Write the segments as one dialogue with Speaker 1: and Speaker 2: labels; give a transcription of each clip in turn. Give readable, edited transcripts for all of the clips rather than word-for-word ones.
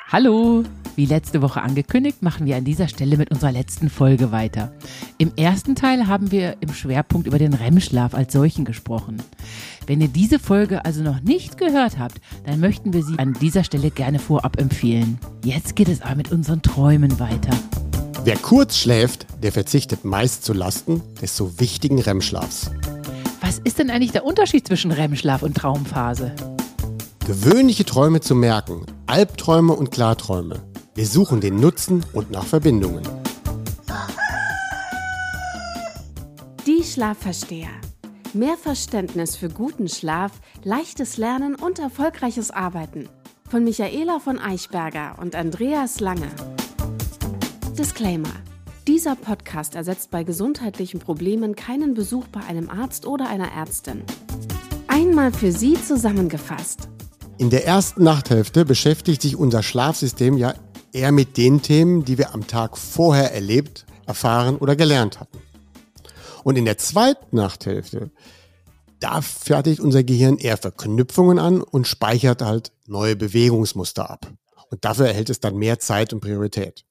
Speaker 1: Hallo! Wie letzte Woche angekündigt, machen wir an dieser Stelle mit unserer letzten Folge weiter. Im ersten Teil haben wir im Schwerpunkt über den REM-Schlaf als solchen gesprochen. Wenn ihr diese Folge also noch nicht gehört habt, dann möchten wir sie an dieser Stelle gerne vorab empfehlen. Jetzt geht es aber mit unseren Träumen weiter.
Speaker 2: Wer kurz schläft, der verzichtet meist zu Lasten des so wichtigen REM-Schlafs.
Speaker 1: Was ist denn eigentlich der Unterschied zwischen REM-Schlaf und Traumphase?
Speaker 2: Gewöhnliche Träume zu merken, Albträume und Klarträume. Wir suchen den Nutzen und nach Verbindungen.
Speaker 3: Die Schlafversteher. Mehr Verständnis für guten Schlaf, leichtes Lernen und erfolgreiches Arbeiten. Von Michaela von Eichberger und Andreas Lange. Disclaimer. Dieser Podcast ersetzt bei gesundheitlichen Problemen keinen Besuch bei einem Arzt oder einer Ärztin. Einmal für Sie zusammengefasst.
Speaker 2: In der ersten Nachthälfte beschäftigt sich unser Schlafsystem ja eher mit den Themen, die wir am Tag vorher erlebt, erfahren oder gelernt hatten. Und in der zweiten Nachthälfte, da fertigt unser Gehirn eher Verknüpfungen an und speichert halt neue Bewegungsmuster ab. Und dafür erhält es dann mehr Zeit und Priorität.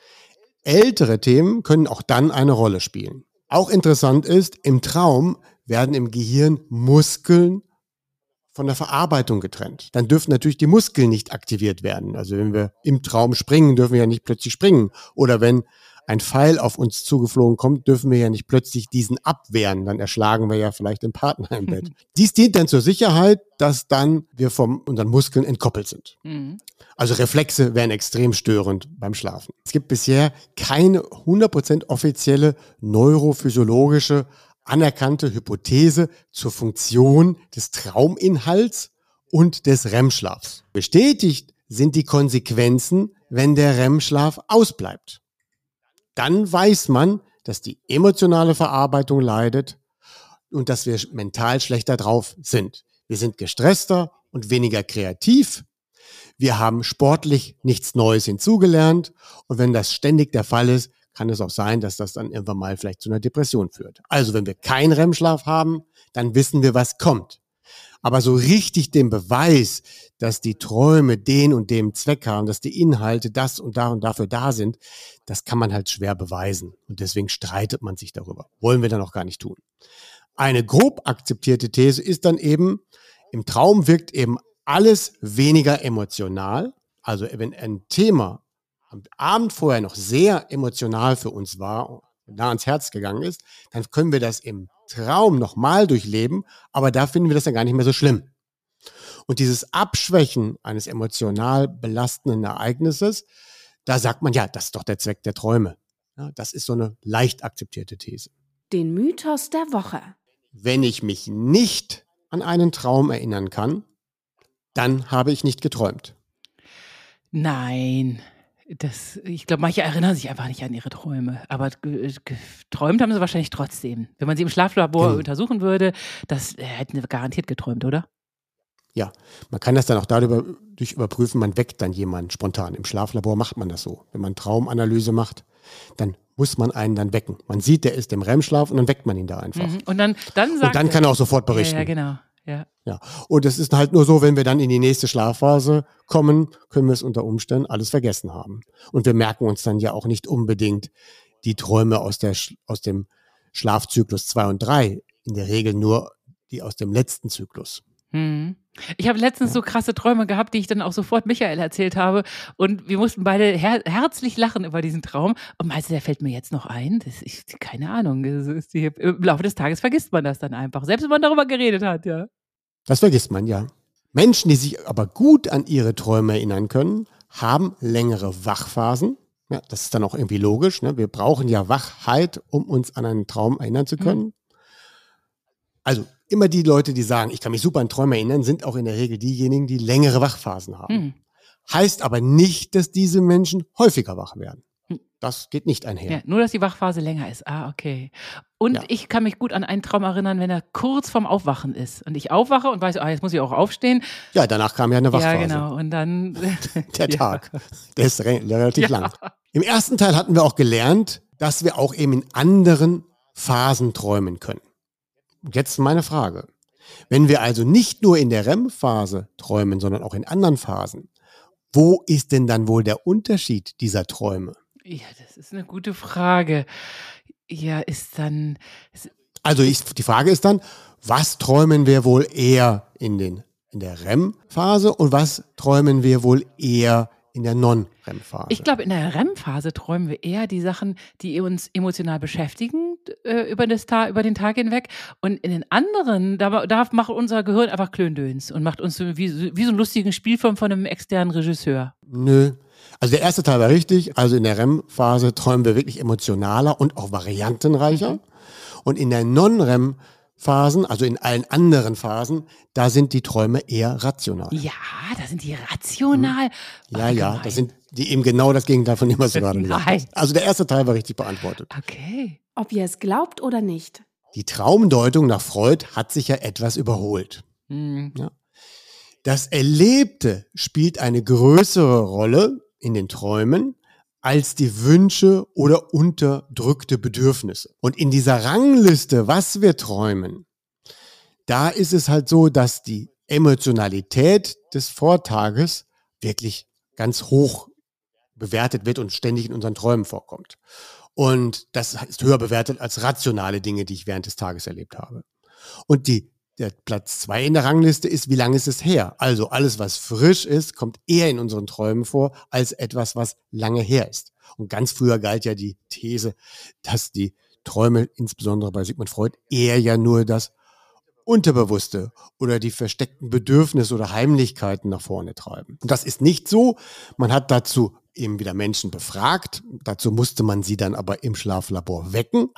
Speaker 2: Ältere Themen können auch dann eine Rolle spielen. Auch interessant ist, im Traum werden im Gehirn Muskeln von der Verarbeitung getrennt. Dann dürfen natürlich die Muskeln nicht aktiviert werden. Also wenn wir im Traum springen, dürfen wir ja nicht plötzlich springen. Oder wenn ein Pfeil auf uns zugeflogen kommt, dürfen wir ja nicht plötzlich diesen abwehren. Dann erschlagen wir ja vielleicht den Partner im Bett. Dies dient dann zur Sicherheit, dass dann wir von unseren Muskeln entkoppelt sind. Also Reflexe wären extrem störend beim Schlafen. Es gibt bisher keine 100% offizielle neurophysiologische anerkannte Hypothese zur Funktion des Trauminhalts und des REM-Schlafs. Bestätigt sind die Konsequenzen, wenn der REM-Schlaf ausbleibt. Dann weiß man, dass die emotionale Verarbeitung leidet und dass wir mental schlechter drauf sind. Wir sind gestresster und weniger kreativ. Wir haben sportlich nichts Neues hinzugelernt. Und wenn das ständig der Fall ist, kann es auch sein, dass das dann irgendwann mal vielleicht zu einer Depression führt. Also wenn wir keinen REM-Schlaf haben, dann wissen wir, was kommt. Aber so richtig den Beweis, dass die Träume den und dem Zweck haben, dass die Inhalte das und dafür da sind, das kann man halt schwer beweisen. Und deswegen streitet man sich darüber. Wollen wir dann auch gar nicht tun. Eine grob akzeptierte These ist dann eben, im Traum wirkt eben alles weniger emotional. Also wenn ein Thema am Abend vorher noch sehr emotional für uns war, nah ans Herz gegangen ist, dann können wir das im Traum nochmal durchleben, aber da finden wir das dann gar nicht mehr so schlimm. Und dieses Abschwächen eines emotional belastenden Ereignisses, da sagt man, ja, das ist doch der Zweck der Träume. Ja, das ist so eine leicht akzeptierte These.
Speaker 3: Den Mythos der Woche.
Speaker 2: Wenn ich mich nicht an einen Traum erinnern kann, dann habe ich nicht geträumt.
Speaker 1: Nein. Ich glaube, manche erinnern sich einfach nicht an ihre Träume. Aber geträumt haben sie wahrscheinlich trotzdem. Wenn man sie im Schlaflabor untersuchen würde, das hätten sie garantiert geträumt, oder?
Speaker 2: Ja, man kann das dann auch dadurch überprüfen, man weckt dann jemanden spontan. Im Schlaflabor macht man das so. Wenn man Traumanalyse macht, dann muss man einen dann wecken. Man sieht, der ist im REM-Schlaf und dann weckt man ihn da einfach.
Speaker 1: Und dann
Speaker 2: kann er auch sofort berichten.
Speaker 1: Ja, genau. Ja.
Speaker 2: Und es ist halt nur so, wenn wir dann in die nächste Schlafphase kommen, können wir es unter Umständen alles vergessen haben. Und wir merken uns dann ja auch nicht unbedingt die Träume aus dem Schlafzyklus 2 und 3. In der Regel nur die aus dem letzten Zyklus.
Speaker 1: Ich habe letztens so krasse Träume gehabt, die ich dann auch sofort Michael erzählt habe. Und wir mussten beide herzlich lachen über diesen Traum. Und meinst du, der fällt mir jetzt noch ein? Keine Ahnung. Im Laufe des Tages vergisst man das dann einfach. Selbst wenn man darüber geredet hat, ja.
Speaker 2: Das vergisst man, ja. Menschen, die sich aber gut an ihre Träume erinnern können, haben längere Wachphasen. Ja, das ist dann auch irgendwie logisch. Ne? Wir brauchen ja Wachheit, um uns an einen Traum erinnern zu können. Also immer die Leute, die sagen, ich kann mich super an Träume erinnern, sind auch in der Regel diejenigen, die längere Wachphasen haben. Heißt aber nicht, dass diese Menschen häufiger wach werden. Das geht nicht einher.
Speaker 1: Ja, nur, dass die Wachphase länger ist. Ah, okay. Und ich kann mich gut an einen Traum erinnern, wenn er kurz vorm Aufwachen ist. Und ich aufwache und weiß, jetzt muss ich auch aufstehen.
Speaker 2: Ja, danach kam ja eine Wachphase.
Speaker 1: Ja, genau. Und dann
Speaker 2: der Tag. Der ist relativ lang. Im ersten Teil hatten wir auch gelernt, dass wir auch eben in anderen Phasen träumen können. Und jetzt meine Frage. Wenn wir also nicht nur in der REM-Phase träumen, sondern auch in anderen Phasen, Wo ist denn dann wohl der Unterschied dieser Träume?
Speaker 1: Ja, das ist eine gute Frage. Ja,
Speaker 2: Also die Frage ist dann, was träumen wir wohl eher in der REM-Phase und was träumen wir wohl eher in der Non-REM-Phase?
Speaker 1: Ich glaube, in der REM-Phase träumen wir eher die Sachen, die uns emotional beschäftigen über den Tag hinweg. Und in den anderen, da macht unser Gehirn einfach Klöndöns und macht uns wie so einen lustigen Spielfilm von einem externen Regisseur.
Speaker 2: Nö. Also der erste Teil war richtig. Also in der REM-Phase träumen wir wirklich emotionaler und auch variantenreicher. Und in der Non-REM-Phasen, also in allen anderen Phasen, da sind die Träume eher rational.
Speaker 1: Ja, da sind die rational.
Speaker 2: Ja, das sind die eben genau das Gegenteil von dem, was du gerade gesagt hast. Also der erste Teil war richtig beantwortet.
Speaker 1: Okay.
Speaker 3: Ob ihr es glaubt oder nicht.
Speaker 2: Die Traumdeutung nach Freud hat sich ja etwas überholt. Ja. Das Erlebte spielt eine größere Rolle in den Träumen als die Wünsche oder unterdrückte Bedürfnisse. Und in dieser Rangliste, was wir träumen, da ist es halt so, dass die Emotionalität des Vortages wirklich ganz hoch bewertet wird und ständig in unseren Träumen vorkommt. Und das ist höher bewertet als rationale Dinge, die ich während des Tages erlebt habe. Und der Platz 2 in der Rangliste ist, wie lange ist es her? Also alles, was frisch ist, kommt eher in unseren Träumen vor, als etwas, was lange her ist. Und ganz früher galt ja die These, dass die Träume, insbesondere bei Sigmund Freud, eher ja nur das Unterbewusste oder die versteckten Bedürfnisse oder Heimlichkeiten nach vorne treiben. Und das ist nicht so. Man hat dazu eben wieder Menschen befragt. Dazu musste man sie dann aber im Schlaflabor wecken.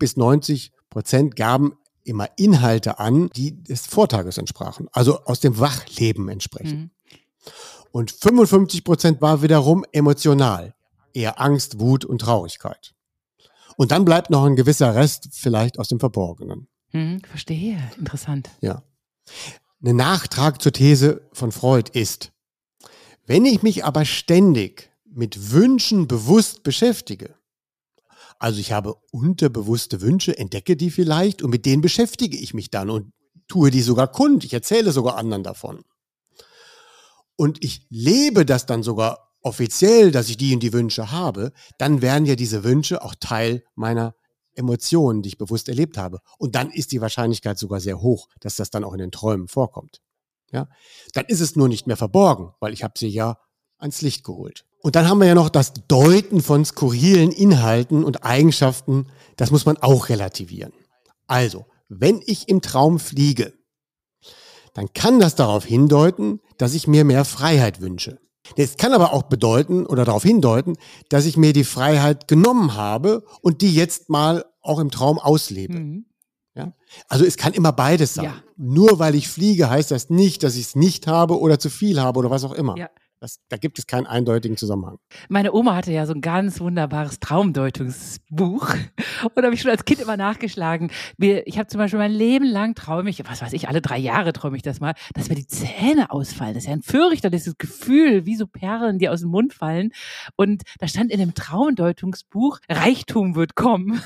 Speaker 2: 80-90% gaben immer Inhalte an, die des Vortages entsprachen, also aus dem Wachleben entsprechen. Und 55% war wiederum emotional, eher Angst, Wut und Traurigkeit. Und dann bleibt noch ein gewisser Rest vielleicht aus dem Verborgenen.
Speaker 1: Verstehe, interessant.
Speaker 2: Ja. Ein Nachtrag zur These von Freud ist, wenn ich mich aber ständig mit Wünschen bewusst beschäftige, also ich habe unterbewusste Wünsche, entdecke die vielleicht und mit denen beschäftige ich mich dann und tue die sogar kund. Ich erzähle sogar anderen davon. Und ich lebe das dann sogar offiziell, dass ich die und die Wünsche habe, dann werden ja diese Wünsche auch Teil meiner Emotionen, die ich bewusst erlebt habe. Und dann ist die Wahrscheinlichkeit sogar sehr hoch, dass das dann auch in den Träumen vorkommt. Ja? Dann ist es nur nicht mehr verborgen, weil ich habe sie ja ans Licht geholt. Und dann haben wir ja noch das Deuten von skurrilen Inhalten und Eigenschaften. Das muss man auch relativieren. Also, wenn ich im Traum fliege, dann kann das darauf hindeuten, dass ich mir mehr Freiheit wünsche. Das kann aber auch bedeuten oder darauf hindeuten, dass ich mir die Freiheit genommen habe und die jetzt mal auch im Traum auslebe. Ja? Also es kann immer beides sein.
Speaker 1: Ja.
Speaker 2: Nur weil ich fliege, heißt das nicht, dass ich es nicht habe oder zu viel habe oder was auch immer.
Speaker 1: Ja.
Speaker 2: Da gibt es keinen eindeutigen Zusammenhang.
Speaker 1: Meine Oma hatte ja so ein ganz wunderbares Traumdeutungsbuch und da habe ich schon als Kind immer nachgeschlagen. Ich habe zum Beispiel mein Leben lang träume ich, was weiß ich, alle 3 Jahre träume ich das mal, dass mir die Zähne ausfallen. Das ist ja ein fürchterliches Gefühl, wie so Perlen, die aus dem Mund fallen. Und da stand in dem Traumdeutungsbuch, Reichtum wird kommen.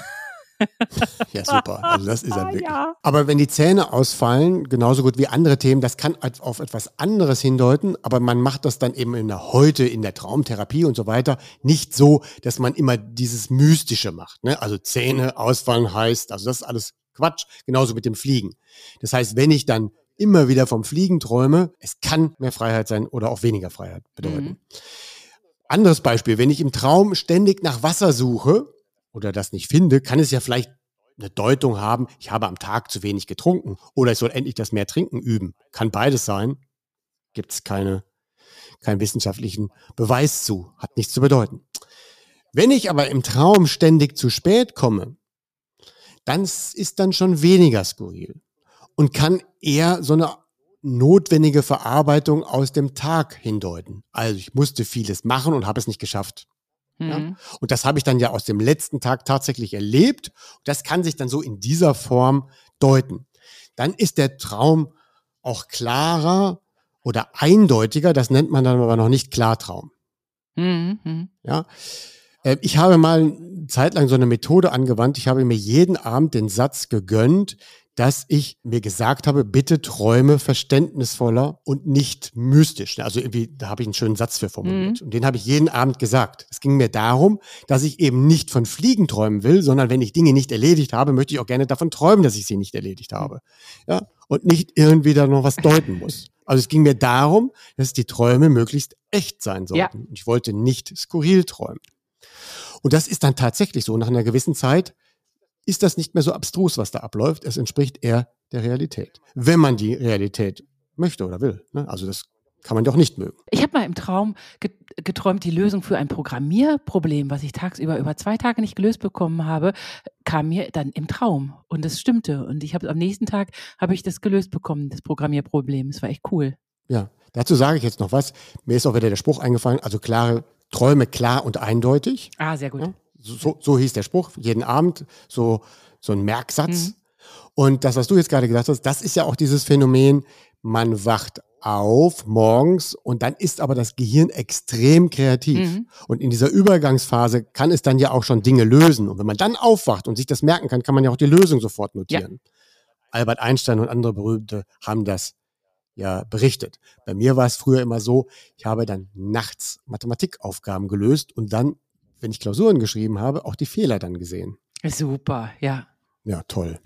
Speaker 2: Ja, super. Also das ist ja wirklich.
Speaker 1: Ja.
Speaker 2: Aber wenn die Zähne ausfallen, genauso gut wie andere Themen, das kann auf etwas anderes hindeuten, aber man macht das dann eben in der Traumtherapie und so weiter nicht so, dass man immer dieses Mystische macht. Ne? Also Zähne ausfallen heißt, also das ist alles Quatsch, genauso mit dem Fliegen. Das heißt, wenn ich dann immer wieder vom Fliegen träume, es kann mehr Freiheit sein oder auch weniger Freiheit bedeuten. Anderes Beispiel, wenn ich im Traum ständig nach Wasser suche, oder das nicht finde, kann es ja vielleicht eine Deutung haben, ich habe am Tag zu wenig getrunken oder ich soll endlich das mehr Trinken üben. Kann beides sein. Gibt es keinen wissenschaftlichen Beweis zu. Hat nichts zu bedeuten. Wenn ich aber im Traum ständig zu spät komme, dann ist dann schon weniger skurril und kann eher so eine notwendige Verarbeitung aus dem Tag hindeuten. Also ich musste vieles machen und habe es nicht geschafft. Ja? Und das habe ich dann ja aus dem letzten Tag tatsächlich erlebt. Das kann sich dann so in dieser Form deuten. Dann ist der Traum auch klarer oder eindeutiger. Das nennt man dann aber noch nicht Klartraum. Ja? Ich habe mal eine Zeit lang so eine Methode angewandt. Ich habe mir jeden Abend den Satz gegönnt, dass ich mir gesagt habe, bitte träume verständnisvoller und nicht mystisch. Also irgendwie, da habe ich einen schönen Satz für formuliert. Und den habe ich jeden Abend gesagt. Es ging mir darum, dass ich eben nicht von Fliegen träumen will, sondern wenn ich Dinge nicht erledigt habe, möchte ich auch gerne davon träumen, dass ich sie nicht erledigt habe. Ja? Und nicht irgendwie da noch was deuten muss. Also es ging mir darum, dass die Träume möglichst echt sein sollten. Ja. Und ich wollte nicht skurril träumen. Und das ist dann tatsächlich so. Nach einer gewissen Zeit ist das nicht mehr so abstrus, was da abläuft. Es entspricht eher der Realität. Wenn man die Realität möchte oder will. Ne? Also das kann man doch nicht mögen.
Speaker 1: Ich habe mal im Traum geträumt, die Lösung für ein Programmierproblem, was ich tagsüber über 2 Tage nicht gelöst bekommen habe, kam mir dann im Traum. Und das stimmte. Und ich habe am nächsten Tag habe ich das gelöst bekommen, das Programmierproblem. Das war echt cool.
Speaker 2: Ja, dazu sage ich jetzt noch was. Mir ist auch wieder der Spruch eingefallen, also klare Träume, klar und eindeutig.
Speaker 1: Ah, sehr gut.
Speaker 2: Ja? So hieß der Spruch, jeden Abend, so ein Merksatz. Und das, was du jetzt gerade gesagt hast, das ist ja auch dieses Phänomen, man wacht auf morgens und dann ist aber das Gehirn extrem kreativ. Und in dieser Übergangsphase kann es dann ja auch schon Dinge lösen. Und wenn man dann aufwacht und sich das merken kann, kann man ja auch die Lösung sofort notieren. Ja. Albert Einstein und andere Berühmte haben das ja berichtet. Bei mir war es früher immer so, ich habe dann nachts Mathematikaufgaben gelöst und dann, wenn ich Klausuren geschrieben habe, auch die Fehler dann gesehen.
Speaker 1: Super, ja.
Speaker 2: Ja, toll.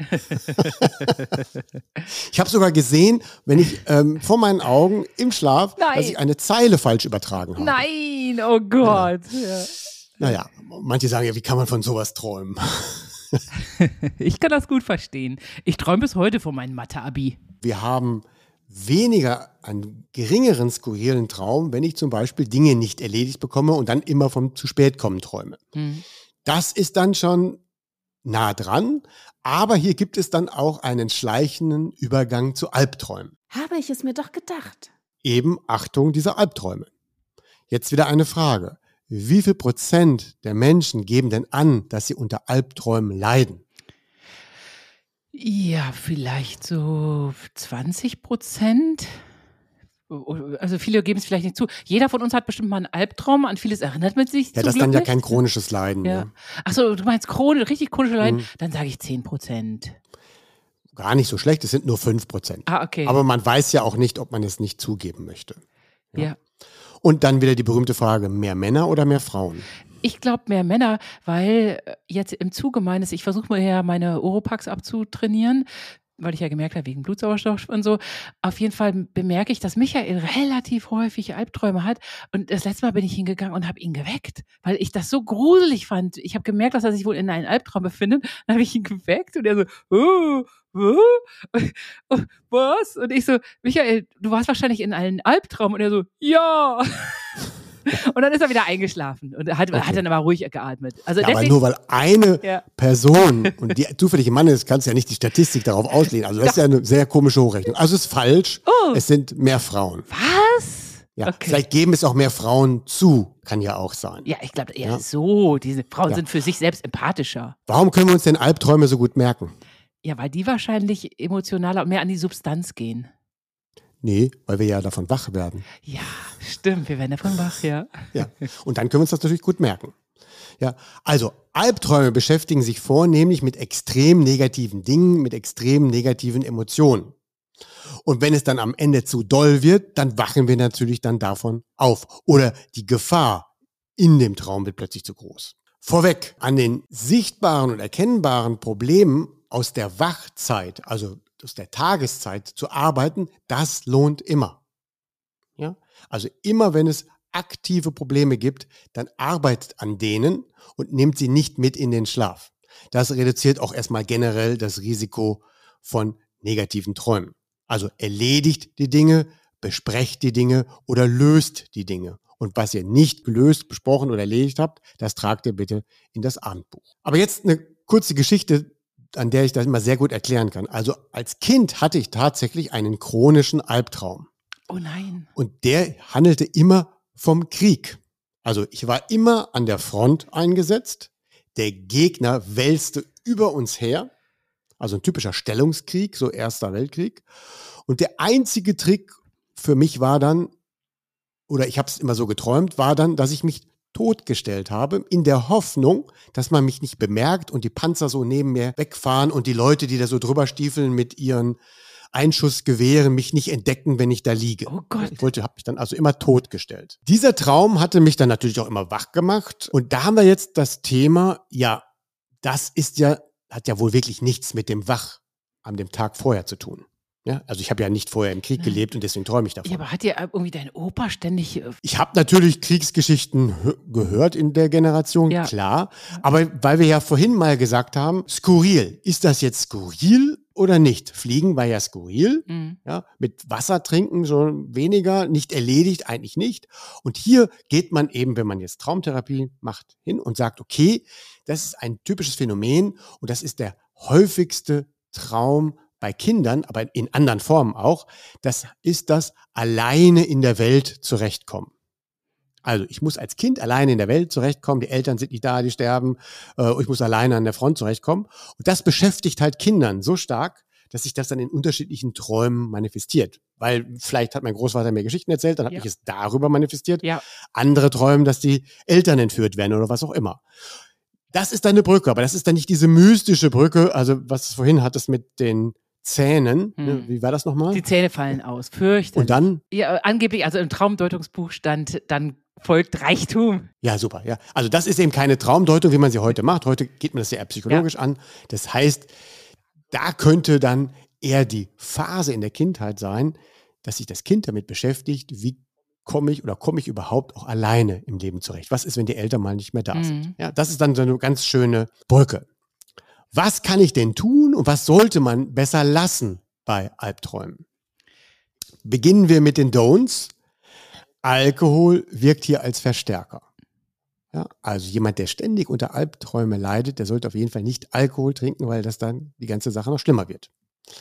Speaker 2: Ich habe sogar gesehen, wenn ich vor meinen Augen im Schlaf, dass ich eine Zeile falsch übertragen habe.
Speaker 1: Nein, oh Gott. Ja.
Speaker 2: Naja, manche sagen ja, wie kann man von sowas träumen?
Speaker 1: Ich kann das gut verstehen. Ich träume bis heute von meinem Mathe-Abi.
Speaker 2: Wir haben weniger einen geringeren skurrilen Traum, wenn ich zum Beispiel Dinge nicht erledigt bekomme und dann immer vom zu spät kommen träume. Das ist dann schon nah dran, aber hier gibt es dann auch einen schleichenden Übergang zu Albträumen.
Speaker 3: Habe ich es mir doch gedacht.
Speaker 2: Eben, Achtung, diese Albträume. Jetzt wieder eine Frage. Wie viel % der Menschen geben denn an, dass sie unter Albträumen leiden?
Speaker 1: Ja, vielleicht so 20%. Also viele geben es vielleicht nicht zu. Jeder von uns hat bestimmt mal einen Albtraum, an vieles erinnert man sich.
Speaker 2: Ja, das ist dann ja kein chronisches Leiden.
Speaker 1: Ja.
Speaker 2: Ne?
Speaker 1: Achso, du meinst richtig chronische Leiden? Dann sage ich 10%.
Speaker 2: Gar nicht so schlecht, es sind nur 5%.
Speaker 1: Ah, okay.
Speaker 2: Aber man weiß ja auch nicht, ob man es nicht zugeben möchte.
Speaker 1: Ja.
Speaker 2: Und dann wieder die berühmte Frage, mehr Männer oder mehr Frauen?
Speaker 1: Ich glaube mehr Männer, weil jetzt im Zuge meines, ich versuche mal ja meine Oropax abzutrainieren, weil ich ja gemerkt habe, wegen Blutsauerstoff und so. Auf jeden Fall bemerke ich, dass Michael relativ häufig Albträume hat. Und das letzte Mal bin ich hingegangen und habe ihn geweckt, weil ich das so gruselig fand. Ich habe gemerkt, dass er sich wohl in einem Albtraum befindet. Dann habe ich ihn geweckt und er so, was? Und ich so, Michael, du warst wahrscheinlich in einem Albtraum. Und er so, ja. Und dann ist er wieder eingeschlafen und hat dann aber ruhig geatmet. Also
Speaker 2: ja, deswegen, aber nur weil eine Person und die zufällige Mann ist, kannst du ja nicht die Statistik darauf auslehnen. Also das ist ja eine sehr komische Hochrechnung. Also es ist falsch. Es sind mehr Frauen.
Speaker 1: Was?
Speaker 2: Ja, okay. Vielleicht geben es auch mehr Frauen zu. Kann ja auch sein.
Speaker 1: Ja, ich glaube eher so. Diese Frauen sind für sich selbst empathischer.
Speaker 2: Warum können wir uns denn Albträume so gut merken?
Speaker 1: Ja, weil die wahrscheinlich emotionaler und mehr an die Substanz gehen.
Speaker 2: Nee, weil wir ja davon wach werden.
Speaker 1: Ja, stimmt, wir werden davon wach, ja.
Speaker 2: Ja, und dann können wir uns das natürlich gut merken. Ja, also Albträume beschäftigen sich vornehmlich mit extrem negativen Dingen, mit extrem negativen Emotionen. Und wenn es dann am Ende zu doll wird, dann wachen wir natürlich dann davon auf. Oder die Gefahr in dem Traum wird plötzlich zu groß. Vorweg, an den sichtbaren und erkennbaren Problemen aus der Wachzeit, also aus der Tageszeit zu arbeiten, das lohnt immer. Ja? Also immer, wenn es aktive Probleme gibt, dann arbeitet an denen und nimmt sie nicht mit in den Schlaf. Das reduziert auch erstmal generell das Risiko von negativen Träumen. Also erledigt die Dinge, besprecht die Dinge oder löst die Dinge. Und was ihr nicht gelöst, besprochen oder erledigt habt, das tragt ihr bitte in das Abendbuch. Aber jetzt eine kurze Geschichte, an der ich das immer sehr gut erklären kann. Also als Kind hatte ich tatsächlich einen chronischen Albtraum.
Speaker 1: Oh nein.
Speaker 2: Und der handelte immer vom Krieg. Also ich war immer an der Front eingesetzt. Der Gegner wälzte über uns her. Also ein typischer Stellungskrieg, so Erster Weltkrieg. Und der einzige Trick für mich war dann, oder ich habe es immer so geträumt, war dann, dass ich mich totgestellt habe, in der Hoffnung, dass man mich nicht bemerkt und die Panzer so neben mir wegfahren und die Leute, die da so drüber stiefeln mit ihren Einschussgewehren, mich nicht entdecken, wenn ich da liege.
Speaker 1: Oh Gott.
Speaker 2: Ich habe mich dann also immer totgestellt. Dieser Traum hatte mich dann natürlich auch immer wach gemacht. Und da haben wir jetzt das Thema, ja, das hat ja wohl wirklich nichts mit dem Wach an dem Tag vorher zu tun. Ja, also ich habe ja nicht vorher im Krieg gelebt und deswegen träume ich davon.
Speaker 1: Ja, aber hat dir irgendwie dein Opa ständig...
Speaker 2: Ich habe natürlich Kriegsgeschichten gehört in der Generation,
Speaker 1: Ja.
Speaker 2: klar. Aber weil wir ja vorhin mal gesagt haben, skurril. Ist das jetzt skurril oder nicht? Fliegen war ja skurril. Ja, mit Wasser trinken so weniger, nicht erledigt, eigentlich nicht. Und hier geht man eben, wenn man jetzt Traumtherapie macht, hin und sagt, okay, das ist ein typisches Phänomen und das ist der häufigste Traum bei Kindern, aber in anderen Formen auch, das ist das alleine in der Welt zurechtkommen. Also ich muss als Kind alleine in der Welt zurechtkommen, die Eltern sind nicht da, die sterben, ich muss alleine an der Front zurechtkommen. Und das beschäftigt halt Kindern so stark, dass sich das dann in unterschiedlichen Träumen manifestiert. Weil vielleicht hat mein Großvater mir Geschichten erzählt, dann habe ich es darüber manifestiert.
Speaker 1: Ja.
Speaker 2: Andere träumen, dass die Eltern entführt werden oder was auch immer. Das ist dann eine Brücke, aber das ist dann nicht diese mystische Brücke, also was du vorhin hattest mit den Zähnen. Wie war das nochmal?
Speaker 1: Die Zähne fallen aus, fürchterlich.
Speaker 2: Und dann?
Speaker 1: Ja, angeblich, also im Traumdeutungsbuch stand, dann folgt Reichtum.
Speaker 2: Ja, super. Ja. Also das ist eben keine Traumdeutung, wie man sie heute macht. Heute geht man das ja eher psychologisch an. Das heißt, da könnte dann eher die Phase in der Kindheit sein, dass sich das Kind damit beschäftigt, wie komme ich überhaupt auch alleine im Leben zurecht? Was ist, wenn die Eltern mal nicht mehr da sind? Ja, das ist dann so eine ganz schöne Brücke. Was kann ich denn tun und was sollte man besser lassen bei Albträumen? Beginnen wir mit den Don'ts. Alkohol wirkt hier als Verstärker. Ja, also jemand, der ständig unter Albträume leidet, der sollte auf jeden Fall nicht Alkohol trinken, weil das dann die ganze Sache noch schlimmer wird.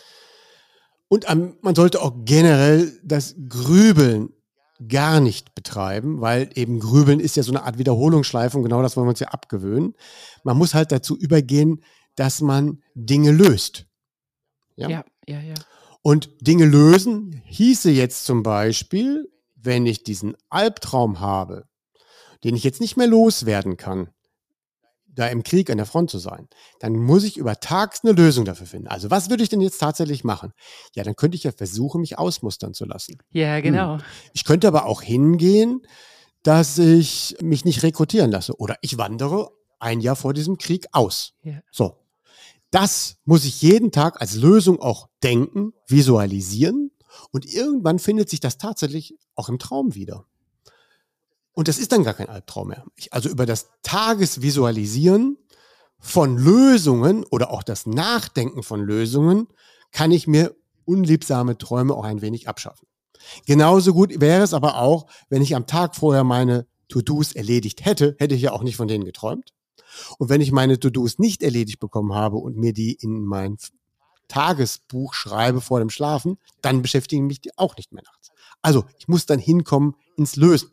Speaker 2: Und man sollte auch generell das Grübeln gar nicht betreiben, weil eben Grübeln ist ja so eine Art Wiederholungsschleife und genau das wollen wir uns ja abgewöhnen. Man muss halt dazu übergehen, dass man Dinge löst. Ja. Und Dinge lösen hieße jetzt zum Beispiel, wenn ich diesen Albtraum habe, den ich jetzt nicht mehr loswerden kann, da im Krieg an der Front zu sein, dann muss ich über Tags eine Lösung dafür finden. Also was würde ich denn jetzt tatsächlich machen? Ja, dann könnte ich ja versuchen, mich ausmustern zu lassen.
Speaker 1: Ja, genau.
Speaker 2: Ich könnte aber auch hingehen, dass ich mich nicht rekrutieren lasse oder ich wandere ein Jahr vor diesem Krieg aus.
Speaker 1: Ja.
Speaker 2: So. Das muss ich jeden Tag als Lösung auch denken, visualisieren und irgendwann findet sich das tatsächlich auch im Traum wieder. Und das ist dann gar kein Albtraum mehr. Also über das Tagesvisualisieren von Lösungen oder auch das Nachdenken von Lösungen kann ich mir unliebsame Träume auch ein wenig abschaffen. Genauso gut wäre es aber auch, wenn ich am Tag vorher meine To-Dos erledigt hätte ich ja auch nicht von denen geträumt. Und wenn ich meine To-Dos nicht erledigt bekommen habe und mir die in mein Tagesbuch schreibe vor dem Schlafen, dann beschäftigen mich die auch nicht mehr nachts. Also ich muss dann hinkommen ins Lösen.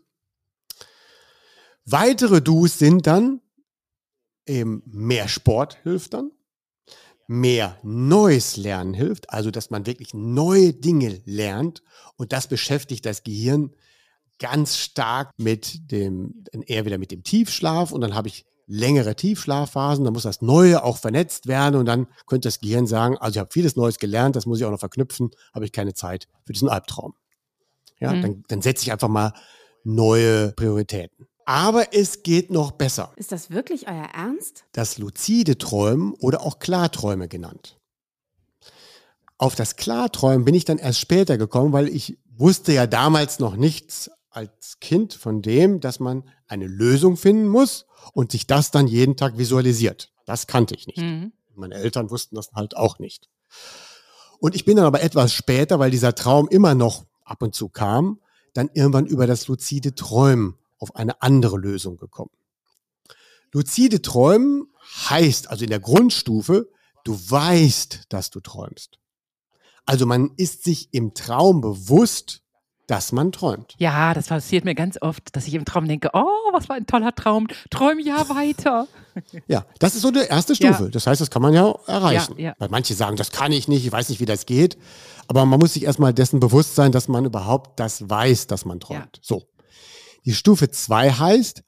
Speaker 2: Weitere Do's sind dann eben mehr Sport hilft dann, mehr Neues lernen hilft, also dass man wirklich neue Dinge lernt und das beschäftigt das Gehirn ganz stark eher wieder mit dem Tiefschlaf und dann habe ich längere Tiefschlafphasen, dann muss das Neue auch vernetzt werden und dann könnte das Gehirn sagen, also ich habe vieles Neues gelernt, das muss ich auch noch verknüpfen, habe ich keine Zeit für diesen Albtraum. Ja, dann setze ich einfach mal neue Prioritäten. Aber es geht noch besser.
Speaker 3: Ist das wirklich euer Ernst?
Speaker 2: Das luzide Träumen oder auch Klarträume genannt. Auf das Klarträumen bin ich dann erst später gekommen, weil ich wusste ja damals noch nichts als Kind von dem, dass man eine Lösung finden muss und sich das dann jeden Tag visualisiert. Das kannte ich nicht. Meine Eltern wussten das halt auch nicht. Und ich bin dann aber etwas später, weil dieser Traum immer noch ab und zu kam, dann irgendwann über das luzide Träumen auf eine andere Lösung gekommen. Luzide Träumen heißt also in der Grundstufe, du weißt, dass du träumst. Also man ist sich im Traum bewusst, dass man träumt.
Speaker 1: Ja, das passiert mir ganz oft, dass ich im Traum denke, oh, was für ein toller Traum, träum ja weiter.
Speaker 2: Ja, das ist so die erste Stufe.
Speaker 1: Ja.
Speaker 2: Das heißt, das kann man ja erreichen.
Speaker 1: Ja.
Speaker 2: Weil manche sagen, das kann ich nicht, ich weiß nicht, wie das geht. Aber man muss sich erstmal dessen bewusst sein, dass man überhaupt das weiß, dass man träumt.
Speaker 1: Ja.
Speaker 2: So. Die Stufe 2 heißt,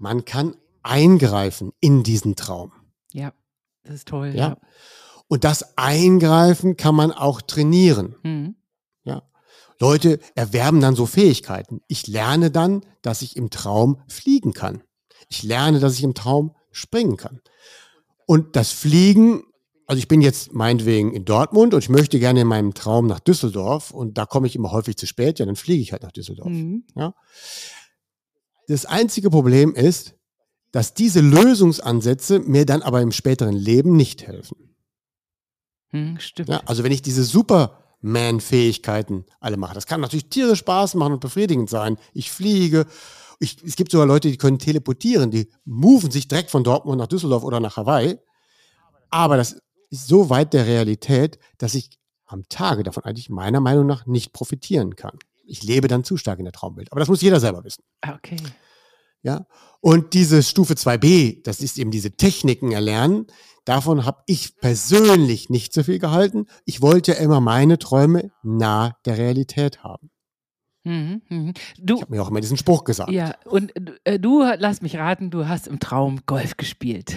Speaker 2: man kann eingreifen in diesen Traum.
Speaker 1: Ja, das ist toll.
Speaker 2: Ja. Und das Eingreifen kann man auch trainieren.
Speaker 1: Mhm.
Speaker 2: Ja. Leute erwerben dann so Fähigkeiten. Ich lerne dann, dass ich im Traum fliegen kann. Ich lerne, dass ich im Traum springen kann. Und das Fliegen, also ich bin jetzt meinetwegen in Dortmund und ich möchte gerne in meinem Traum nach Düsseldorf und da komme ich immer häufig zu spät, ja, dann fliege ich halt nach Düsseldorf.
Speaker 1: Mhm.
Speaker 2: Ja. Das einzige Problem ist, dass diese Lösungsansätze mir dann aber im späteren Leben nicht helfen.
Speaker 1: Stimmt.
Speaker 2: Ja, also wenn ich diese Superman-Fähigkeiten alle mache, das kann natürlich tierisch Spaß machen und befriedigend sein. Ich fliege, es gibt sogar Leute, die können teleportieren, die moven sich direkt von Dortmund nach Düsseldorf oder nach Hawaii. Aber das ist so weit der Realität, dass ich am Tage davon eigentlich meiner Meinung nach nicht profitieren kann. Ich lebe dann zu stark in der Traumwelt. Aber das muss jeder selber wissen.
Speaker 1: Okay.
Speaker 2: Ja? Und diese Stufe 2b, das ist eben diese Techniken erlernen, davon habe ich persönlich nicht so viel gehalten. Ich wollte ja immer meine Träume nah der Realität haben.
Speaker 1: Mhm.
Speaker 2: Ich habe mir auch immer diesen Spruch gesagt.
Speaker 1: Ja, und du, lass mich raten, du hast im Traum Golf gespielt.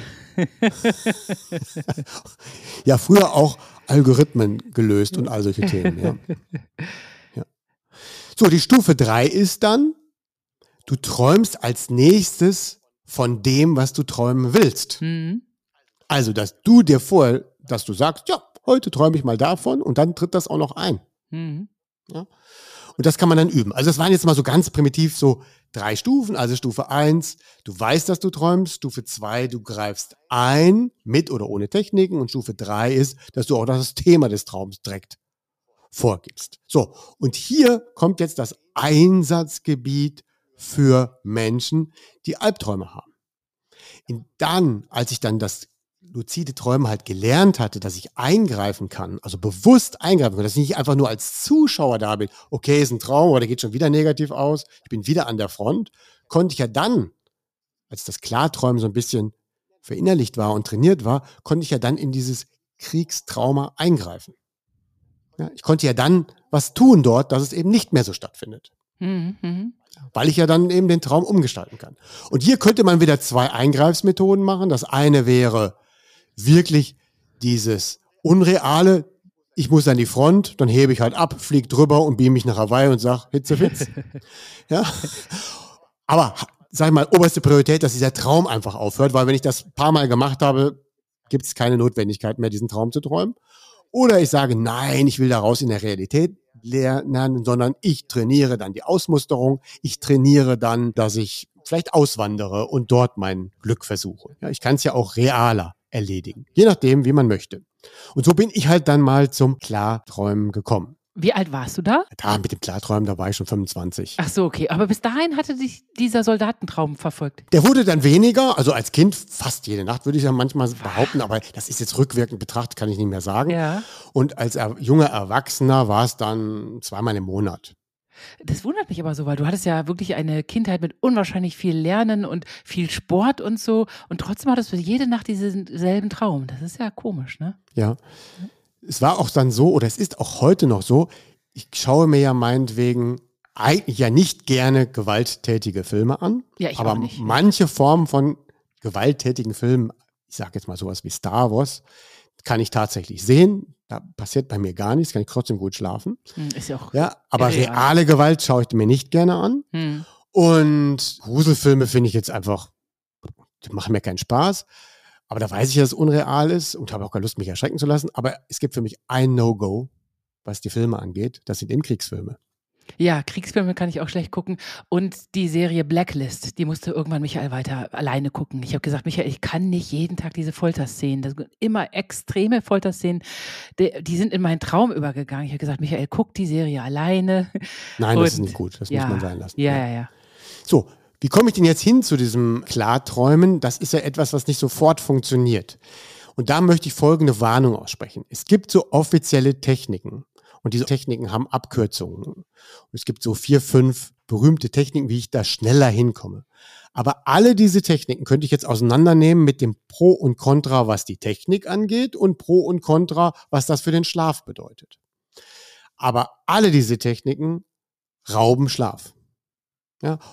Speaker 2: Ja, früher auch Algorithmen gelöst und all solche Themen. Ja. Ja. So, die Stufe 3 ist dann, du träumst als nächstes von dem, was du träumen willst.
Speaker 1: Mhm.
Speaker 2: Also, dass du dir vorher, dass du sagst, ja, heute träume ich mal davon und dann tritt das auch noch ein.
Speaker 1: Mhm.
Speaker 2: Ja. Und das kann man dann üben. Also das waren jetzt mal so ganz primitiv so 3 Stufen. Also Stufe 1, du weißt, dass du träumst. Stufe 2, du greifst ein, mit oder ohne Techniken. Und Stufe 3 ist, dass du auch das Thema des Traums direkt vorgibst. So, und hier kommt jetzt das Einsatzgebiet für Menschen, die Albträume haben. Und dann, als ich dann das luzide Träumen halt gelernt hatte, dass ich eingreifen kann, also bewusst eingreifen kann, dass ich nicht einfach nur als Zuschauer da bin, okay, ist ein Traum, oder der geht schon wieder negativ aus, ich bin wieder an der Front, konnte ich ja dann, als das Klarträumen so ein bisschen verinnerlicht war und trainiert war, konnte ich ja dann in dieses Kriegstrauma eingreifen. Ja, ich konnte ja dann was tun dort, dass es eben nicht mehr so stattfindet.
Speaker 1: Mhm.
Speaker 2: Weil ich ja dann eben den Traum umgestalten kann. Und hier könnte man wieder 2 Eingreifsmethoden machen. Das eine wäre wirklich dieses Unreale, ich muss an die Front, dann hebe ich halt ab, fliege drüber und beam mich nach Hawaii und sage, Hitzefitz. Ja. Aber, sag ich mal, oberste Priorität, dass dieser Traum einfach aufhört, weil wenn ich das ein paar Mal gemacht habe, gibt es keine Notwendigkeit mehr, diesen Traum zu träumen. Oder ich sage, nein, ich will daraus in der Realität lernen, sondern ich trainiere dann die Ausmusterung, ich trainiere dann, dass ich vielleicht auswandere und dort mein Glück versuche. Ja, ich kann es ja auch realer erledigen, je nachdem, wie man möchte. Und so bin ich halt dann mal zum Klarträumen gekommen.
Speaker 1: Wie alt warst du da?
Speaker 2: Da mit dem Klarträumen, da war ich schon 25.
Speaker 1: Ach so, okay. Aber bis dahin hatte dich dieser Soldatentraum verfolgt.
Speaker 2: Der wurde dann weniger, also als Kind fast jede Nacht, würde ich ja manchmal behaupten, aber das ist jetzt rückwirkend betrachtet, kann ich nicht mehr sagen.
Speaker 1: Ja.
Speaker 2: Und als junger Erwachsener war es dann 2-mal im Monat.
Speaker 1: Das wundert mich aber so, weil du hattest ja wirklich eine Kindheit mit unwahrscheinlich viel Lernen und viel Sport und so. Und trotzdem hattest du jede Nacht diesen selben Traum. Das ist ja komisch, ne?
Speaker 2: Ja. Es war auch dann so, oder es ist auch heute noch so, ich schaue mir ja meinetwegen eigentlich ja nicht gerne gewalttätige Filme an.
Speaker 1: Ja, ich
Speaker 2: aber
Speaker 1: auch nicht.
Speaker 2: Manche Formen von gewalttätigen Filmen, ich sage jetzt mal sowas wie Star Wars, kann ich tatsächlich sehen. Da passiert bei mir gar nichts, kann ich trotzdem gut schlafen.
Speaker 1: Ist ja auch.
Speaker 2: Ja, aber
Speaker 1: real.
Speaker 2: reale Gewalt schaue ich mir nicht gerne an. Und Gruselfilme finde ich jetzt einfach, die machen mir keinen Spaß. Aber da weiß ich, dass es unreal ist und habe auch keine Lust, mich erschrecken zu lassen. Aber es gibt für mich ein No-Go, was die Filme angeht. Das sind eben Kriegsfilme.
Speaker 1: Ja, Kriegsfilme kann ich auch schlecht gucken. Und die Serie Blacklist, die musste irgendwann Michael weiter alleine gucken. Ich habe gesagt, Michael, ich kann nicht jeden Tag diese Folterszenen. Das sind immer extreme Folterszenen. Die sind in meinen Traum übergegangen. Ich habe gesagt, Michael, guck die Serie alleine.
Speaker 2: Nein,
Speaker 1: und
Speaker 2: das ist nicht gut. Das muss man sein lassen.
Speaker 1: Ja.
Speaker 2: So, wie komme ich denn jetzt hin zu diesem Klarträumen? Das ist ja etwas, was nicht sofort funktioniert. Und da möchte ich folgende Warnung aussprechen. Es gibt so offizielle Techniken. Und diese Techniken haben Abkürzungen. Und es gibt so 4, 5 berühmte Techniken, wie ich da schneller hinkomme. Aber alle diese Techniken könnte ich jetzt auseinandernehmen mit dem Pro und Contra, was die Technik angeht und Pro und Contra, was das für den Schlaf bedeutet. Aber alle diese Techniken rauben Schlaf. Ja?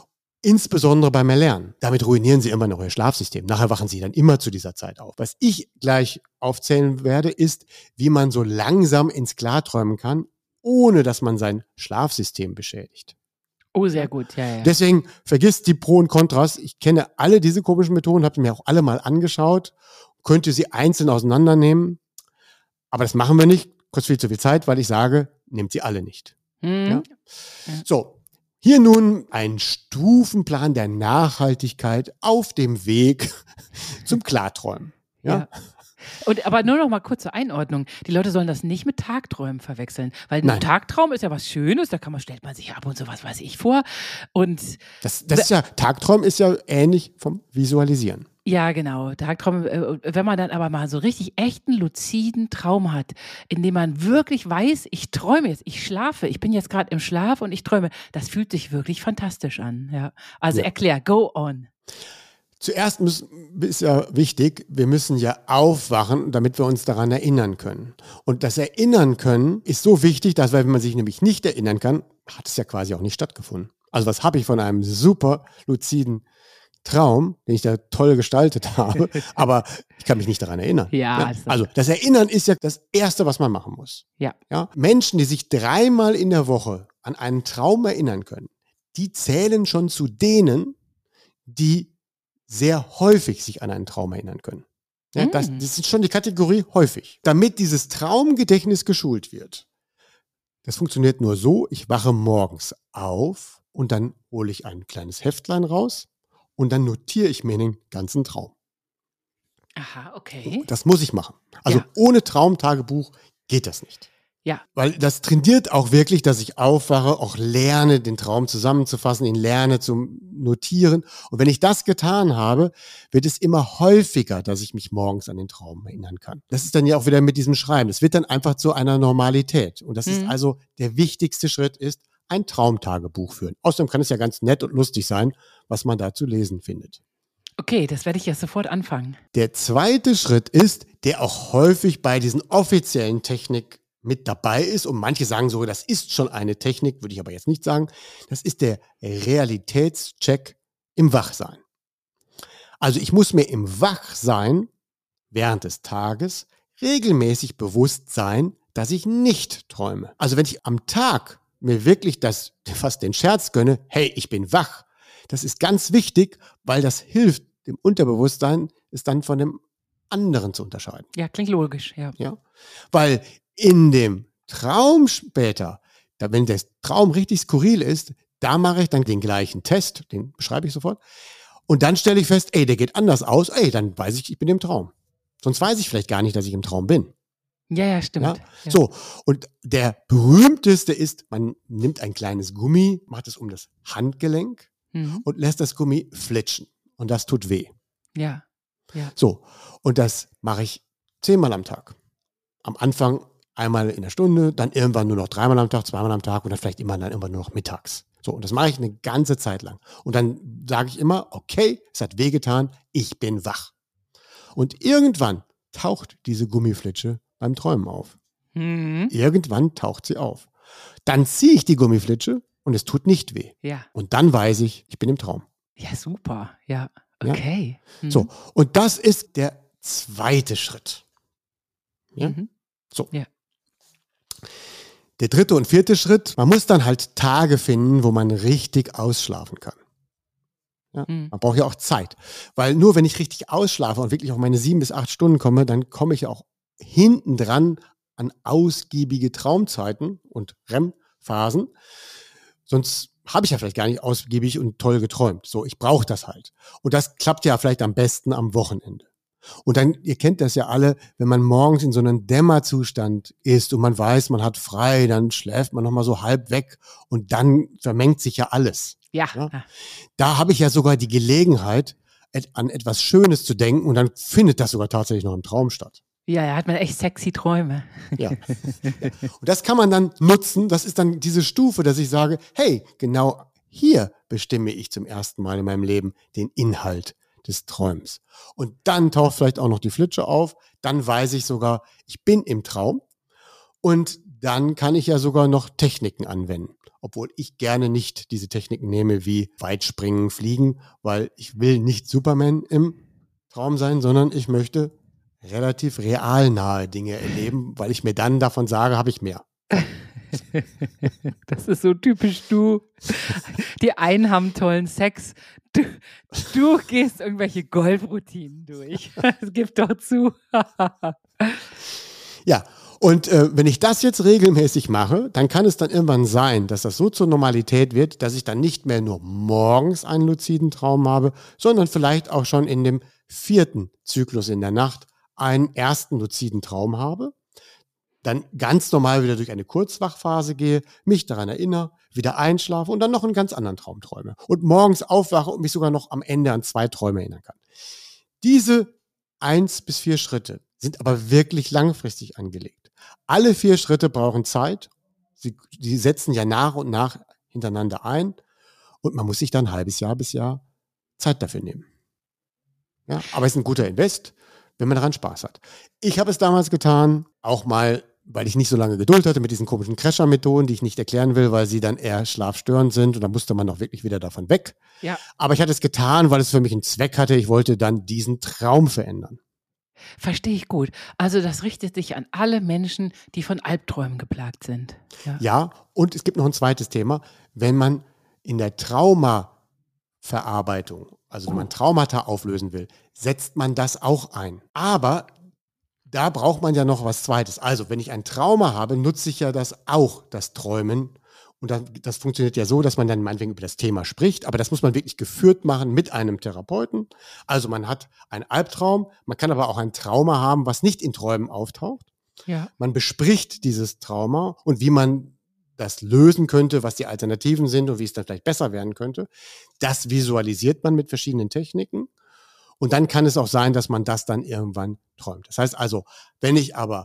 Speaker 2: insbesondere beim Erlernen. Damit ruinieren Sie immer noch Ihr Schlafsystem. Nachher wachen Sie dann immer zu dieser Zeit auf. Was ich gleich aufzählen werde, ist, wie man so langsam ins Klarträumen kann, ohne dass man sein Schlafsystem beschädigt.
Speaker 1: Oh, sehr gut, ja.
Speaker 2: Deswegen vergisst die Pro und Kontras. Ich kenne alle diese komischen Methoden, habe mir auch alle mal angeschaut, könnte sie einzeln auseinandernehmen. Aber das machen wir nicht, kostet viel zu viel Zeit, weil ich sage, nehmt sie alle nicht. Ja? So, hier nun ein Stufenplan der Nachhaltigkeit auf dem Weg zum Klarträumen. Ja?
Speaker 1: Aber nur noch mal kurz zur Einordnung. Die Leute sollen das nicht mit Tagträumen verwechseln, weil ein
Speaker 2: Nein.
Speaker 1: Tagtraum ist ja was Schönes, stellt man sich ab und so was weiß ich vor. Und
Speaker 2: das ist ja, Tagträumen ist ja ähnlich vom Visualisieren.
Speaker 1: ja, genau. Tagtraum, wenn man dann aber mal so richtig echten, luziden Traum hat, in dem man wirklich weiß, ich träume jetzt, ich schlafe, ich bin jetzt gerade im Schlaf und ich träume, das fühlt sich wirklich fantastisch an. Ja. Also erklär, go on.
Speaker 2: Zuerst ist ja wichtig, wir müssen ja aufwachen, damit wir uns daran erinnern können. Und das Erinnern können ist so wichtig, dass, wenn man sich nämlich nicht erinnern kann, hat es ja quasi auch nicht stattgefunden. Also was habe ich von einem super luziden Traum, den ich da toll gestaltet habe, aber ich kann mich nicht daran erinnern.
Speaker 1: Ja.
Speaker 2: Also das Erinnern ist ja das Erste, was man machen muss.
Speaker 1: Ja.
Speaker 2: Menschen, die sich 3-mal in der Woche an einen Traum erinnern können, die zählen schon zu denen, die sehr häufig sich an einen Traum erinnern können. Ja, das ist schon die Kategorie häufig. Damit dieses Traumgedächtnis geschult wird, das funktioniert nur so, ich wache morgens auf und dann hole ich ein kleines Heftlein raus und dann notiere ich mir den ganzen Traum.
Speaker 1: Aha, okay.
Speaker 2: Das muss ich machen. Also ohne Traumtagebuch geht das nicht.
Speaker 1: Ja.
Speaker 2: Weil das trainiert auch wirklich, dass ich aufwache, auch lerne, den Traum zusammenzufassen, ihn lerne zu notieren. Und wenn ich das getan habe, wird es immer häufiger, dass ich mich morgens an den Traum erinnern kann. Das ist dann ja auch wieder mit diesem Schreiben. Das wird dann einfach zu einer Normalität. Und das ist also der wichtigste Schritt ist, ein Traumtagebuch führen. Außerdem kann es ja ganz nett und lustig sein, was man da zu lesen findet.
Speaker 1: Okay, das werde ich jetzt sofort anfangen.
Speaker 2: Der zweite Schritt ist, der auch häufig bei diesen offiziellen Techniken mit dabei ist, und manche sagen so, das ist schon eine Technik, würde ich aber jetzt nicht sagen, das ist der Realitätscheck im Wachsein. Also ich muss mir im Wachsein während des Tages regelmäßig bewusst sein, dass ich nicht träume. Also wenn ich am Tag mir wirklich fast den Scherz gönne, hey, ich bin wach, das ist ganz wichtig, weil das hilft dem Unterbewusstsein, es dann von dem anderen zu unterscheiden.
Speaker 1: Ja, klingt logisch, ja.
Speaker 2: Weil in dem Traum später, wenn der Traum richtig skurril ist, da mache ich dann den gleichen Test, den beschreibe ich sofort, und dann stelle ich fest, der geht anders aus, dann weiß ich bin im Traum. Sonst weiß ich vielleicht gar nicht, dass ich im Traum bin.
Speaker 1: Ja, stimmt. Ja.
Speaker 2: So, und der berühmteste ist, man nimmt ein kleines Gummi, macht es um das Handgelenk und lässt das Gummi flitschen. Und das tut weh.
Speaker 1: Ja.
Speaker 2: So, und das mache ich 10-mal am Tag. Am Anfang einmal in der Stunde, dann irgendwann nur noch 3-mal am Tag, 2-mal am Tag und dann vielleicht irgendwann nur noch mittags. So, und das mache ich eine ganze Zeit lang. Und dann sage ich immer, okay, es hat wehgetan, ich bin wach. Und irgendwann taucht diese Gummiflitsche beim Träumen auf. Irgendwann taucht sie auf. Dann ziehe ich die Gummiflitsche und es tut nicht weh.
Speaker 1: Ja.
Speaker 2: Und dann weiß ich bin im Traum.
Speaker 1: Ja, super. Ja, okay.
Speaker 2: So, und das ist der zweite Schritt. Ja? So.
Speaker 1: Ja.
Speaker 2: Der dritte und vierte Schritt, man muss dann halt Tage finden, wo man richtig ausschlafen kann. Ja? Man braucht ja auch Zeit. Weil nur wenn ich richtig ausschlafe und wirklich auf meine 7 bis 8 Stunden komme, dann komme ich ja auch hinten dran an ausgiebige Traumzeiten und REM-Phasen. Sonst habe ich ja vielleicht gar nicht ausgiebig und toll geträumt. So, ich brauche das halt. Und das klappt ja vielleicht am besten am Wochenende. Und dann, ihr kennt das ja alle, wenn man morgens in so einem Dämmerzustand ist und man weiß, man hat frei, dann schläft man nochmal so halb weg und dann vermengt sich ja alles.
Speaker 1: Ja.
Speaker 2: Da habe ich ja sogar die Gelegenheit, an etwas Schönes zu denken und dann findet das sogar tatsächlich noch im Traum statt.
Speaker 1: Ja, da hat man echt sexy Träume.
Speaker 2: Ja. Und das kann man dann nutzen, das ist dann diese Stufe, dass ich sage, hey, genau hier bestimme ich zum ersten Mal in meinem Leben den Inhalt des Träums. Und dann taucht vielleicht auch noch die Flitsche auf, dann weiß ich sogar, ich bin im Traum und dann kann ich ja sogar noch Techniken anwenden. obwohl ich gerne nicht diese Techniken nehme wie Weitspringen, Fliegen, weil ich will nicht Superman im Traum sein, sondern ich möchte relativ realnahe Dinge erleben, weil ich mir dann davon sage, habe ich mehr.
Speaker 1: Das ist so typisch du. Die einen haben tollen Sex. Du gehst irgendwelche Golfroutinen durch. Das gibt doch zu.
Speaker 2: Ja, und wenn ich das jetzt regelmäßig mache, dann kann es dann irgendwann sein, dass das so zur Normalität wird, dass ich dann nicht mehr nur morgens einen luziden Traum habe, sondern vielleicht auch schon in dem 4. Zyklus in der Nacht einen ersten luziden Traum habe, dann ganz normal wieder durch eine Kurzwachphase gehe, mich daran erinnere, wieder einschlafe und dann noch einen ganz anderen Traum träume. Und morgens aufwache und mich sogar noch am Ende an 2 Träume erinnern kann. Diese 1 bis 4 Schritte sind aber wirklich langfristig angelegt. Alle 4 Schritte brauchen Zeit. Sie setzen ja nach und nach hintereinander ein. Und man muss sich dann ein halbes Jahr bis Jahr Zeit dafür nehmen. Ja, aber es ist ein guter Invest, wenn man daran Spaß hat. Ich habe es damals getan, auch mal, weil ich nicht so lange Geduld hatte mit diesen komischen Crasher-Methoden, die ich nicht erklären will, weil sie dann eher schlafstörend sind und da musste man auch wirklich wieder davon weg.
Speaker 1: Ja.
Speaker 2: Aber ich hatte es getan, weil es für mich einen Zweck hatte. Ich wollte dann diesen Traum verändern.
Speaker 1: Verstehe ich gut. Also das richtet sich an alle Menschen, die von Albträumen geplagt sind.
Speaker 2: Ja, und es gibt noch ein zweites Thema. Wenn man in der Traumaverarbeitung, also wenn man Traumata auflösen will, setzt man das auch ein. Aber da braucht man ja noch was Zweites. Also wenn ich ein Trauma habe, nutze ich ja das auch, das Träumen. Und das funktioniert ja so, dass man dann meinetwegen über das Thema spricht, aber das muss man wirklich geführt machen mit einem Therapeuten. Also man hat einen Albtraum, man kann aber auch ein Trauma haben, was nicht in Träumen auftaucht.
Speaker 1: Ja.
Speaker 2: Man bespricht dieses Trauma und wie man das lösen könnte, was die Alternativen sind und wie es dann vielleicht besser werden könnte. Das visualisiert man mit verschiedenen Techniken. Und dann kann es auch sein, dass man das dann irgendwann träumt. Das heißt also, wenn ich aber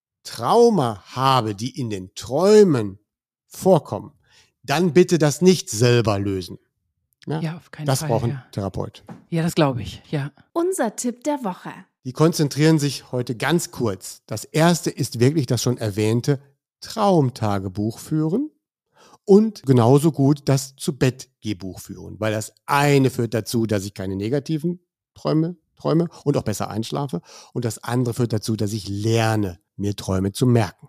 Speaker 2: Trauma habe, die in den Träumen vorkommen, dann bitte das nicht selber lösen.
Speaker 1: Ja, auf keinen Fall.
Speaker 2: Das braucht ein Therapeut.
Speaker 1: Ja, das glaube ich, ja.
Speaker 3: Unser Tipp der Woche.
Speaker 2: Die konzentrieren sich heute ganz kurz. Das erste ist wirklich das schon erwähnte Traumtagebuch führen und genauso gut das Zu-Bett-Geh-Buch führen, weil das eine führt dazu, dass ich keine negativen Träume und auch besser einschlafe und das andere führt dazu, dass ich lerne, mir Träume zu merken.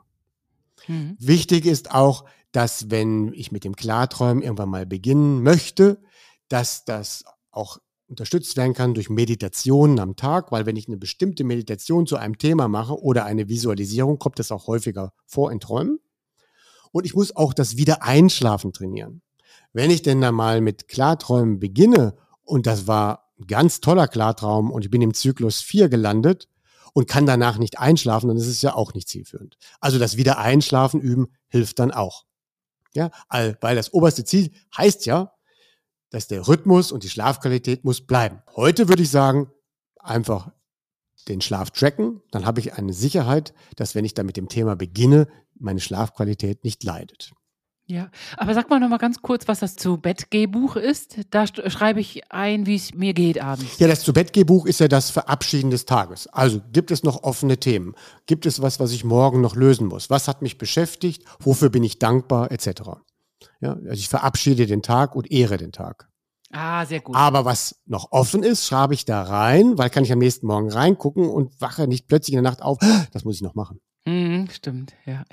Speaker 1: Mhm.
Speaker 2: Wichtig ist auch, dass wenn ich mit dem Klarträumen irgendwann mal beginnen möchte, dass das auch unterstützt werden kann durch Meditationen am Tag, weil wenn ich eine bestimmte Meditation zu einem Thema mache oder eine Visualisierung, kommt das auch häufiger vor in Träumen. Und ich muss auch das Wiedereinschlafen trainieren. Wenn ich denn dann mal mit Klarträumen beginne und das war ein ganz toller Klartraum und ich bin im Zyklus 4 gelandet und kann danach nicht einschlafen, dann ist es ja auch nicht zielführend. Also das Wiedereinschlafen üben hilft dann auch. Ja, weil das oberste Ziel heißt ja, dass der Rhythmus und die Schlafqualität muss bleiben. Heute würde ich sagen, einfach den Schlaf tracken, dann habe ich eine Sicherheit, dass wenn ich da mit dem Thema beginne, meine Schlafqualität nicht leidet.
Speaker 1: Ja, aber sag mal noch mal ganz kurz, was das Zu-Bett-Geh-Buch ist. Da schreibe ich ein, wie es mir geht abends.
Speaker 2: Ja, das Zu-Bett-Geh-Buch ist ja das Verabschieden des Tages. Also gibt es noch offene Themen? Gibt es was ich morgen noch lösen muss? Was hat mich beschäftigt? Wofür bin ich dankbar? Etc. Ja, also ich verabschiede den Tag und ehre den Tag.
Speaker 1: Ah, sehr gut.
Speaker 2: Aber was noch offen ist, schreibe ich da rein, weil kann ich am nächsten Morgen reingucken und wache nicht plötzlich in der Nacht auf. Das muss ich noch machen.
Speaker 1: Stimmt, ja.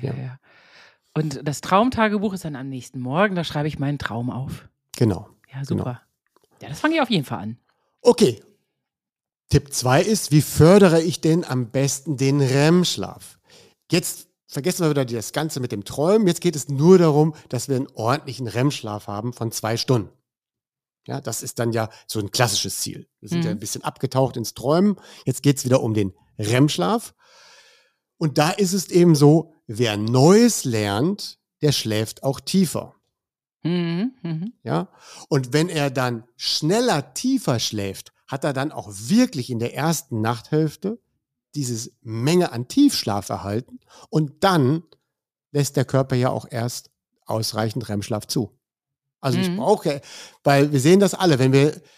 Speaker 1: Und das Traumtagebuch ist dann am nächsten Morgen, da schreibe ich meinen Traum auf.
Speaker 2: Genau.
Speaker 1: Ja, super.
Speaker 2: Genau.
Speaker 1: Ja, das fange ich auf jeden Fall an.
Speaker 2: Okay. Tipp 2 ist, wie fördere ich denn am besten den REM-Schlaf? Jetzt vergessen wir wieder das Ganze mit dem Träumen. Jetzt geht es nur darum, dass wir einen ordentlichen REM-Schlaf haben von 2 Stunden. Ja, das ist dann ja so ein klassisches Ziel. Wir sind ja ein bisschen abgetaucht ins Träumen. Jetzt geht es wieder um den REM-Schlaf. Und da ist es eben so, wer Neues lernt, der schläft auch tiefer. Ja? Und wenn er dann schneller tiefer schläft, hat er dann auch wirklich in der ersten Nachthälfte diese Menge an Tiefschlaf erhalten und dann lässt der Körper ja auch erst ausreichend REM-Schlaf zu. Also ich brauche, weil wir sehen das alle, wenn wir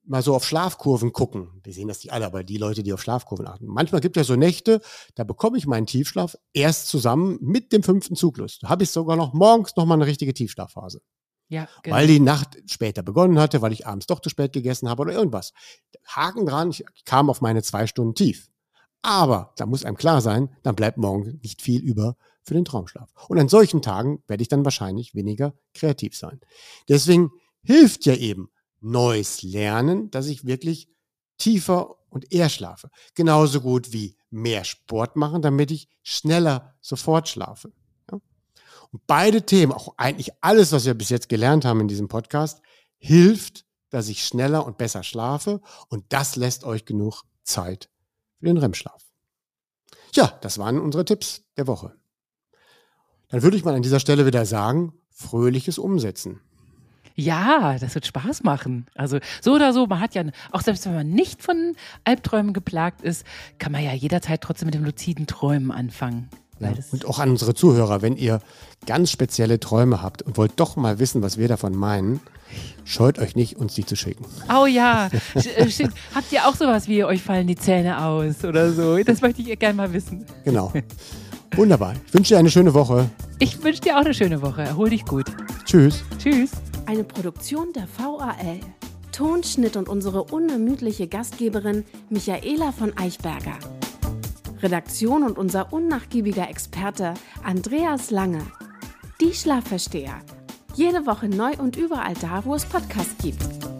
Speaker 2: mal so auf Schlafkurven gucken. Wir sehen das nicht alle, aber die Leute, die auf Schlafkurven achten. Manchmal gibt es ja so Nächte, da bekomme ich meinen Tiefschlaf erst zusammen mit dem 5. Zyklus. Da habe ich sogar noch morgens noch mal eine richtige Tiefschlafphase.
Speaker 1: Ja, genau.
Speaker 2: Weil die Nacht später begonnen hatte, weil ich abends doch zu spät gegessen habe oder irgendwas. Haken dran, ich kam auf meine 2 Stunden tief. Aber da muss einem klar sein, dann bleibt morgen nicht viel über für den Traumschlaf. Und an solchen Tagen werde ich dann wahrscheinlich weniger kreativ sein. Deswegen hilft ja eben neues Lernen, dass ich wirklich tiefer und eher schlafe. Genauso gut wie mehr Sport machen, damit ich schneller sofort schlafe. Ja? Und beide Themen, auch eigentlich alles, was wir bis jetzt gelernt haben in diesem Podcast, hilft, dass ich schneller und besser schlafe. Und das lässt euch genug Zeit für den REM-Schlaf. Ja, das waren unsere Tipps der Woche. Dann würde ich mal an dieser Stelle wieder sagen, fröhliches Umsetzen.
Speaker 1: Ja, das wird Spaß machen. Also so oder so, man hat ja, auch selbst wenn man nicht von Albträumen geplagt ist, kann man ja jederzeit trotzdem mit dem luziden Träumen anfangen.
Speaker 2: Ja, und auch an unsere Zuhörer, wenn ihr ganz spezielle Träume habt und wollt doch mal wissen, was wir davon meinen, scheut euch nicht, uns die zu schicken.
Speaker 1: Oh ja, stimmt. Habt ihr auch sowas wie, euch fallen die Zähne aus oder so? Das möchte ich gerne mal wissen.
Speaker 2: Genau. Wunderbar. Ich wünsche dir eine schöne Woche.
Speaker 1: Ich wünsche dir auch eine schöne Woche. Erhol dich gut.
Speaker 2: Tschüss.
Speaker 1: Tschüss.
Speaker 3: Eine Produktion der VAL. Tonschnitt und unsere unermüdliche Gastgeberin Michaela von Eichberger. Redaktion und unser unnachgiebiger Experte Andreas Lange. Die Schlafversteher. Jede Woche neu und überall da, wo es Podcasts gibt.